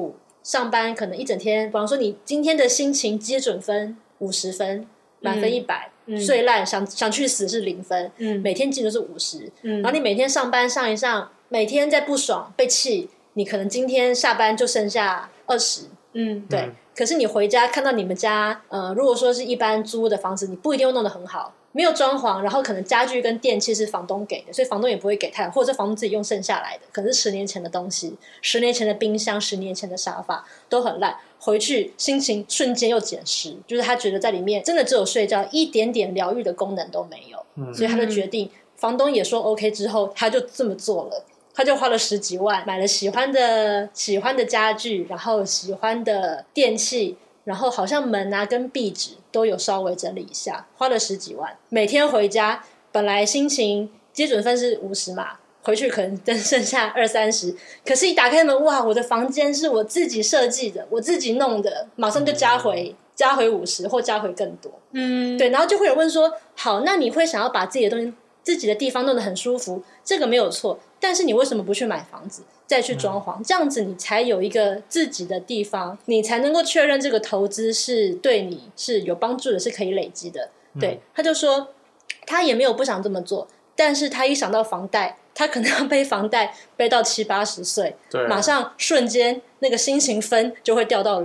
Speaker 2: 上班可能一整天，比方说你今天的心情基准分50分，满分100，睡烂想去死是0分，每天基准是50，然后你每天上班上一上，每天在不爽被气，你可能今天下班就剩下20，对。可是你回家看到你们家，如果说是一般租的房子，你不一定会弄得很好，没有装潢，然后可能家具跟电器是房东给的，所以房东也不会给太，或者房东自己用剩下来的，可能是10年前的东西，10年前的冰箱，10年前的沙发都很烂，回去心情瞬间又减10，就是他觉得在里面真的只有睡觉，一点点疗愈的功能都没有，所以他就决定，房东也说 OK 之后，他就这么做了。他就花了10几万买了喜欢的家具，然后喜欢的电器，然后好像门啊跟壁纸都有稍微整理一下，花了10几万。每天回家本来心情基准分是50嘛，回去可能剩下20-30，可是一打开门，哇，我的房间是我自己设计的，我自己弄的，马上就加回50或加回更多。对，然后就会有问说，好，那你会想要把自己的东西自己的地方弄得很舒服，这个没有错，但是你为什么不去买房子再去装潢，这样子你才有一个自己的地方，你才能够确认这个投资是对你是有帮助的，是可以累积的。对，他就说他也没有不想这么做，但是他一想到房贷，他可能要背房贷背到70-80岁，马上瞬间那个心情分就会掉到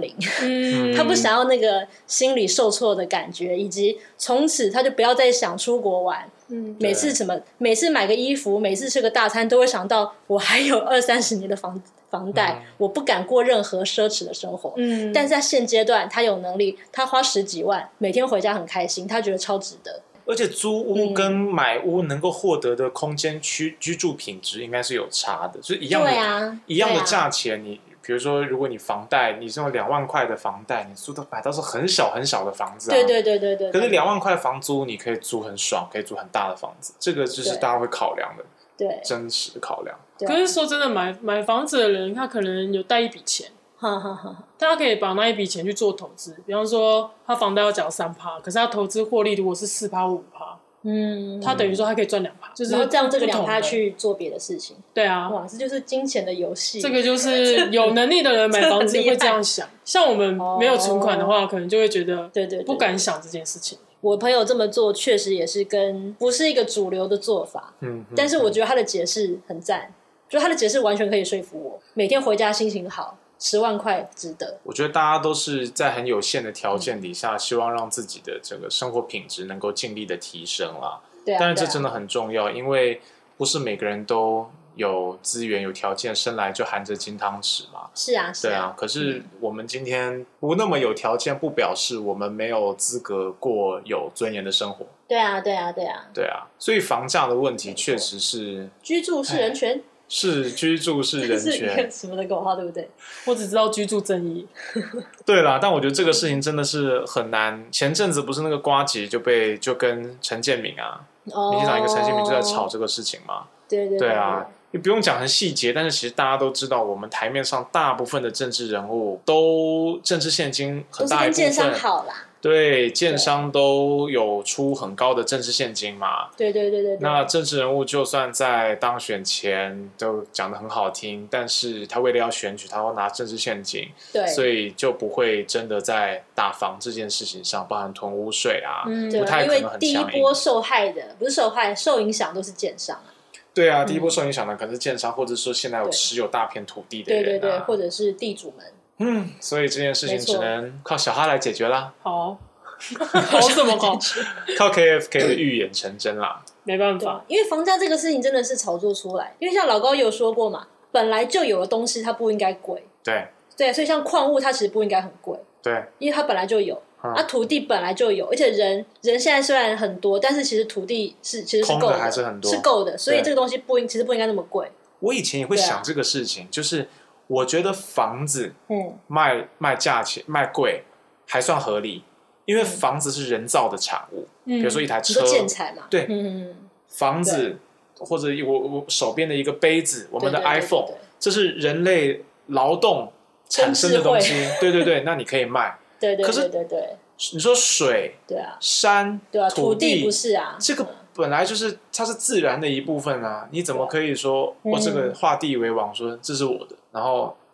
Speaker 2: 0。他不想要那个心理受挫的感觉，以及从此他就不要再想出国玩。每次买个衣服，每次吃个大餐，都会想到我还有20-30年的房贷，我不敢过任何奢侈的生活。但是在现阶段，他有能力，他花10几万，每天回家很开心，他觉得超值得。
Speaker 3: 而且租屋跟买屋能够获得的空间居住品质应该是有差的，就是一样的价钱，你比如说，如果你房贷，你是用2万块的房贷，你租买到是很小很小的房子啊。对。可是2万块房租，你可以租很爽，可以租很大的房子，这个就是大家会考量的，对，真实的考量。
Speaker 4: 可是说真的，买房子的人，他可能有带一笔钱，他可以把那一笔钱去做投资，比方说他房贷要缴3%，可是他投资获利如果是4%、5%。他等于说他可以赚2%，就是
Speaker 2: 然后这样这个2%去做别的事情。
Speaker 4: 对啊，
Speaker 2: 哇，这就是金钱的游戏。
Speaker 4: 这个就是有能力的人买房子会这样想，像我们没有存款的话，可能就会觉得不敢想这件事情。
Speaker 2: 我朋友这么做确实也是不是一个主流的做法，但是我觉得他的解释很赞，就他的解释完全可以说服我，每天回家心情好。10万块值得。
Speaker 3: 我觉得大家都是在很有限的条件底下，希望让自己的这个生活品质能够尽力的提升啦。但是这真的很重要，因为不是每个人都有资源、有条件，生来就含着金汤匙嘛。
Speaker 2: 是啊，
Speaker 3: 对啊。可是我们今天不那么有条件，不表示我们没有资格过有尊严的生活。
Speaker 2: 对啊。
Speaker 3: 所以房价的问题确实是
Speaker 2: 居住是人权。
Speaker 3: 是居住是人权，
Speaker 2: 什么的口号对不对？
Speaker 4: 我只知道居住正义。
Speaker 3: 对啦，但我觉得这个事情真的是很难。前阵子不是那个呱吉就跟陈建敏啊，民进党一个陈建敏就在吵这个事情嘛。对啊，也不用讲很细节，但是其实大家都知道，我们台面上大部分的政治人物都政治现金很大一部分，都是跟建商
Speaker 2: 好啦。
Speaker 3: 对，建商都有出很高的政治现金嘛。
Speaker 2: 对。
Speaker 3: 那政治人物就算在当选前都讲得很好听，但是他为了要选举，他要拿政治现金，对，所以就不会真的在打房这件事情上，包含囤屋税啊，不太可能很强硬。
Speaker 2: 因为第一波受害的不是受害，受影响都是建商啊。
Speaker 3: 对啊，第一波受影响的可能是建商，或者说现在有持有大片土地的人
Speaker 2: 对，或者是地主们。
Speaker 3: 所以这件事情只能靠小哈来解决啦。
Speaker 4: 好怎么好？
Speaker 3: 靠 KFK 的预言成真啦。
Speaker 4: 没办法，
Speaker 2: 因为房价这个事情真的是炒作出来。因为像老高也有说过嘛，本来就有的东西它不应该贵。对，所以像矿物它其实不应该很贵。对，因为它本来就有。土地本来就有，而且人现在虽然很多，但是其实土地其实是够的，
Speaker 3: 还是很多，
Speaker 2: 是够的，所以这个东西其实不应该那么贵。
Speaker 3: 我以前也会想这个事情，就是我觉得房子卖价钱卖贵还算合理，因为房子是人造的产物，比如说一台车，
Speaker 2: 建材嘛，
Speaker 3: 对，房子或者我手边的一个杯子，我们的 iPhone， 这是人类劳动产生的东西，对，那你可以卖。对，可是你说水，对啊，山，对啊，土地
Speaker 2: 不是啊，
Speaker 3: 这个本来就是它是自然的一部分啊，你怎么可以说我这个画地为王，说这是我的，然后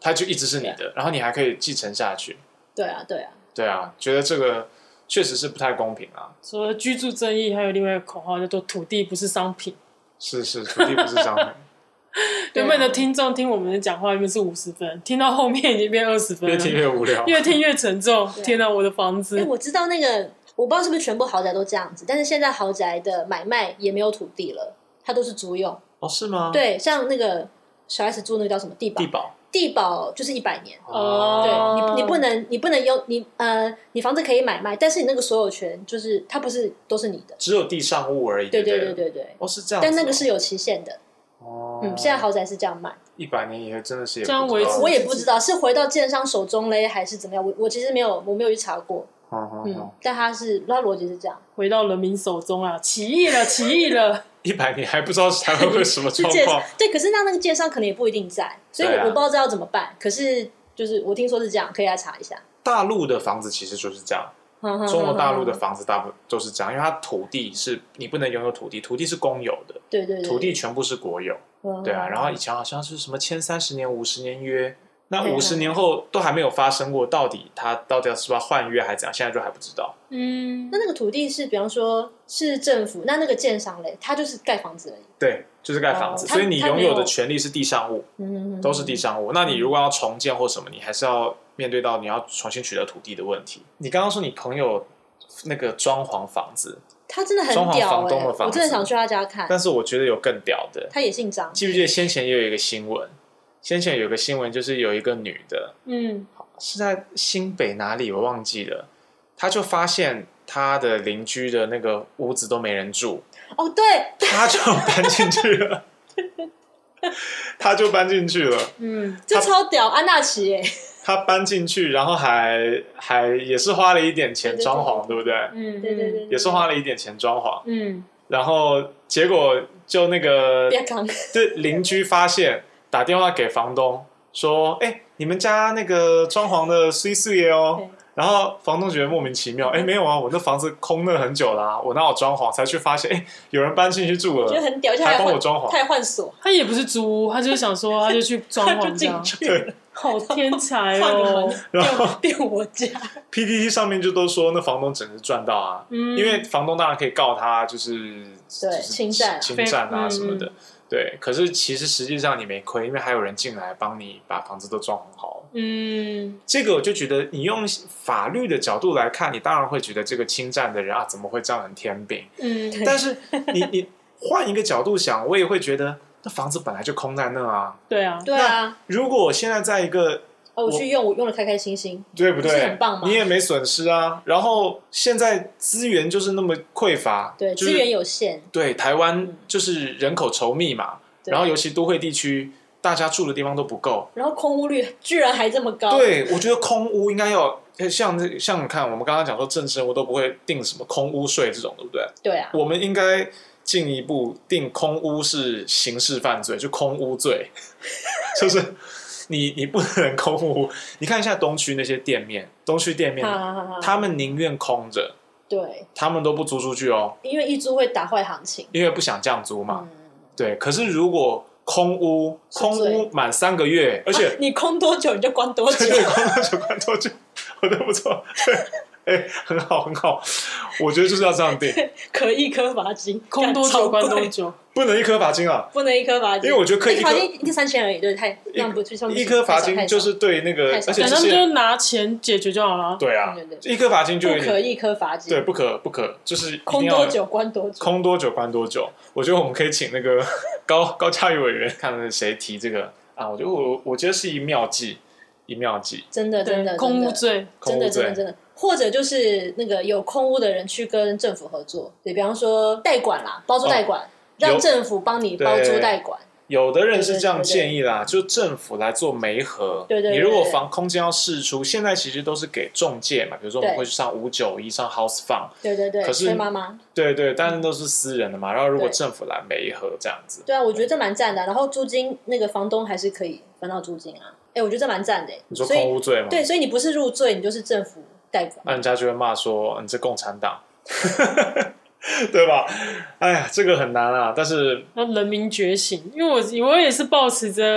Speaker 3: 它就一直是你的，然后你还可以继承下去。
Speaker 2: 对啊，对啊，
Speaker 3: 对啊，觉得这个确实是不太公平啊。
Speaker 4: 除了居住正义，还有另外一个口号叫做“土地不是商品”。
Speaker 3: 是，土地不是商品。
Speaker 4: 原本的听众听我们的讲话原本是50分，听到后面已经变20分了，
Speaker 3: 越听越无聊，
Speaker 4: 越听越沉重。天哪，我的房子！
Speaker 2: 我知道那个，我不知道是不是全部豪宅都这样子，但是现在豪宅的买卖也没有土地了，它都是租用。
Speaker 3: 哦，是吗？
Speaker 2: 对，像那个小 S 住那个叫什么地堡，地堡就是100年。对，你不能用你房子可以买卖，但是你那个所有权就是它不是都是你的，
Speaker 3: 只有地上物而已。
Speaker 2: 对。
Speaker 3: 哦，是这样子。
Speaker 2: 但那个是有期限的。现在豪宅是这样卖
Speaker 3: ，100年以后真的是
Speaker 4: 这样维持。
Speaker 2: 我也不知道是回到建商手中嘞，还是怎么样。我其实没有去查过。但它逻辑是这样，
Speaker 4: 回到人民手中啊！起义了
Speaker 3: ！100年还不知道台湾会什么状况。
Speaker 2: 对，可是那个建商可能也不一定在，所以我不知道怎么办。可是就是我听说是这样，可以来查一下。
Speaker 3: 大陆的房子其实就是这样。中国大陆的房子大部分都是这样，因为它土地是你不能拥有土地，土地是公有的，
Speaker 2: 对，
Speaker 3: 土地全部是国有，对啊。然后以前好像是什么签30年、50年约，那50年后都还没有发生过，到底是不是要换约还是怎样，现在就还不知道。
Speaker 2: 那个土地是比方说是政府，那个建商嘞，他就是盖房子而已。
Speaker 3: 对，就是盖房子，所以你拥有的权利是地上物，都是地上物。那你如果要重建或什么，你还是要面对到你要重新取得土地的问题。你刚刚说你朋友那个装潢房子，
Speaker 2: 他真的很屌我真的想去他家看。
Speaker 3: 但是我觉得有更屌的，
Speaker 2: 他也姓张。
Speaker 3: 记不记得先前也有一个新闻？就是有一个女的，是在新北哪里我忘记了，她就发现她的邻居的那个屋子都没人住，
Speaker 2: 哦，对，
Speaker 3: 她就搬进去了。
Speaker 2: 这超屌，安纳奇耶。
Speaker 3: 他搬进去，然后还也是花了一点钱装潢，对不对？
Speaker 2: 对，
Speaker 3: 也是花了一点钱装潢。然后结果就那个对邻居发现，打电话给房东说：“你们家那个装潢的碎碎哦。”然后房东觉得莫名其妙，没有啊，我那房子空了很久啦，我哪有装潢？才去发现，有人搬进去住了，
Speaker 2: 觉得很屌，
Speaker 3: 还帮我装潢，
Speaker 2: 他还换锁，
Speaker 4: 他也不是租屋，他就是想说，他就去装潢这样，
Speaker 3: 对，
Speaker 4: 好天才哦，
Speaker 3: 然后
Speaker 2: 变我家
Speaker 3: ，PTT 上面就都说那房东整是赚到啊，因为房东当然可以告他，就是
Speaker 2: 侵占
Speaker 3: 啊什么的。对，可是其实实际上你没亏，因为还有人进来帮你把房子都装潢好了。这个我就觉得你用法律的角度来看，你当然会觉得这个侵占的人怎么会这样很天兵？但是你换一个角度想，我也会觉得那房子本来就空在那啊。
Speaker 4: 对啊，
Speaker 3: 那如果我现在在一个
Speaker 2: 我去用，我用的开开心心，
Speaker 3: 对不对？
Speaker 2: 不是很棒吗？
Speaker 3: 你也没损失啊。然后现在资源就是那么匮乏，
Speaker 2: 对，资源有限。
Speaker 3: 对，台湾就是人口稠密嘛，然后尤其都会地区，大家住的地方都不够，
Speaker 2: 然后空屋率居然还这么高。
Speaker 3: 对，我觉得空屋应该要像你看，我们刚刚讲说政治人物都不会定什么空屋税这种，对不对？
Speaker 2: 对啊，
Speaker 3: 我们应该进一步定空屋是刑事犯罪，就空屋罪，就是你不能空屋。你看一下东区那些店面，他们宁愿空着，
Speaker 2: 对，
Speaker 3: 他们都不租出去哦，
Speaker 2: 因为一租会打坏行情，
Speaker 3: 因为不想降租嘛。对，可是如果空屋满3个月，而且
Speaker 2: 你空多久你就关多久，
Speaker 3: 对，空多久关多久，我都不错，对，很好，我觉得就是要这样定，
Speaker 2: 可一颗罚金，
Speaker 4: 空多久关多久，
Speaker 3: 不能一颗罚金啊，
Speaker 2: 不能一颗罚金，
Speaker 3: 因为我觉得可以
Speaker 2: 罚金一颗3000而已，对，太
Speaker 3: 一颗罚金就是对那个，而且
Speaker 4: 反正就拿钱解决就好了。
Speaker 3: 对啊，一颗罚金就
Speaker 2: 不可一颗罚金，
Speaker 3: 对，不可，就是
Speaker 2: 空多久关多久，
Speaker 3: 空多久关多久。我觉得我们可以请那个高嘉瑜委员看谁提这个啊，我觉得是一妙计，真的
Speaker 4: 空屋罪，
Speaker 2: 真的。或者就是那个有空屋的人去跟政府合作，对，比方说代管啦，包租代管，让政府帮你包租代管。
Speaker 3: 有的人是这样建议啦，就政府来做媒合。
Speaker 2: 对，
Speaker 3: 你如果空间要释出，现在其实都是给中介嘛，比如说我们会去上591上 House Fund。
Speaker 2: 对，
Speaker 3: 可是
Speaker 2: 崔妈妈。
Speaker 3: 对，但是都是私人的嘛，然后如果政府来媒合这样子。
Speaker 2: 对啊，我觉得这蛮赞的。然后租金那个房东还是可以分到租金啊。我觉得这蛮赞的。
Speaker 3: 你说空屋罪吗？
Speaker 2: 对，所以你不是入罪，你就是政府代管。
Speaker 3: 那人家就会骂说你这共产党。对吧？哎呀，这个很难啊，但是
Speaker 4: 那人民觉醒，因为我也是抱持着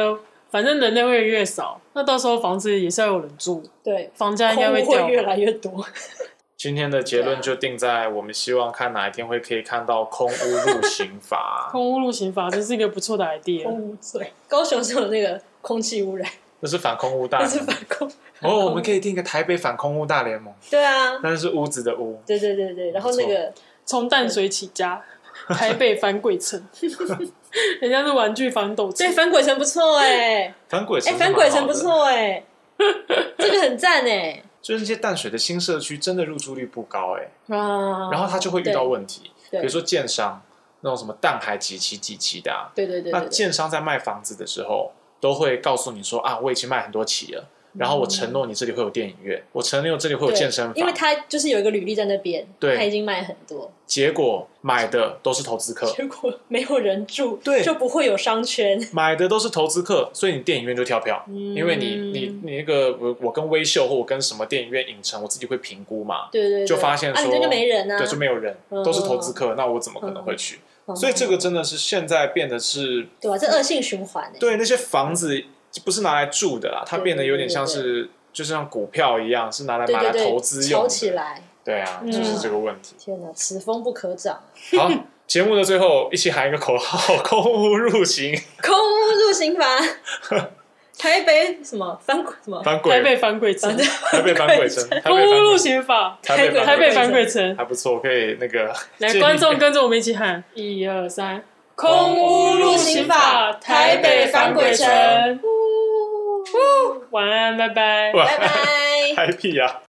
Speaker 4: 反正人类会越少，那到时候房子也是要有人住，
Speaker 2: 对，
Speaker 4: 房价应该会掉，
Speaker 2: 会越来越多。
Speaker 3: 今天的结论就定在我们希望看哪一天可以看到空污入刑法。
Speaker 4: 空污入刑法这是一个不错的 idea。
Speaker 2: 空污罪，高雄是有那个空气污染，
Speaker 3: 那是反空污大联盟。
Speaker 2: 那是反空。
Speaker 3: 我们可以定一个台北反空污大联盟。
Speaker 2: 对啊，
Speaker 3: 但是屋子的屋。
Speaker 2: 对对对对，然后那个
Speaker 4: 从淡水起家，台北反鬼城，人家是玩具反斗城。
Speaker 2: 对，反鬼城不错哎，
Speaker 3: 反鬼城
Speaker 2: 不错哎，这个很赞哎。
Speaker 3: 就是那些淡水的新社区真的入住率不高然后他就会遇到问题，比如说建商那种什么淡海几期的
Speaker 2: 对，
Speaker 3: 那建商在卖房子的时候都会告诉你说我已经卖很多期了，然后我承诺你这里会有电影院，我承诺这里会有健身房，
Speaker 2: 因为他就是有一个履历在那边，他已经卖很多，
Speaker 3: 结果买的都是投资客，
Speaker 2: 结果没有人住，
Speaker 3: 对，
Speaker 2: 就不会有商圈，
Speaker 3: 买的都是投资客，所以你电影院就跳票，因为你那个我跟威秀或我跟什么电影院影城，我自己会评估嘛，
Speaker 2: 对，
Speaker 3: 就发现说
Speaker 2: 就没人啊，
Speaker 3: 对，就没有人，都是投资客，那我怎么可能会去？所以这个真的是现在变得是，
Speaker 2: 对啊，这恶性循环
Speaker 3: 对，那些房子不是拿来住的啦，它变得有点像是。就像股票一样，是拿来投资用的，
Speaker 2: 炒起来。
Speaker 3: 对啊，就是这个问题。
Speaker 2: 天哪，此风不可长。
Speaker 3: 好，节目的最后，一起喊一个口号：空污入刑。
Speaker 2: 空污入刑法。台北什么反
Speaker 3: 鬼？
Speaker 4: 台北反鬼城。
Speaker 3: 台北反鬼城。
Speaker 4: 空污入刑法。台北反鬼城
Speaker 3: 还不错，可以那个。
Speaker 4: 来，观众跟着我们一起喊：1、2、3，空污入刑法，台北反鬼城。晚安，拜拜，
Speaker 2: 拜拜，
Speaker 3: 嗨屁呀！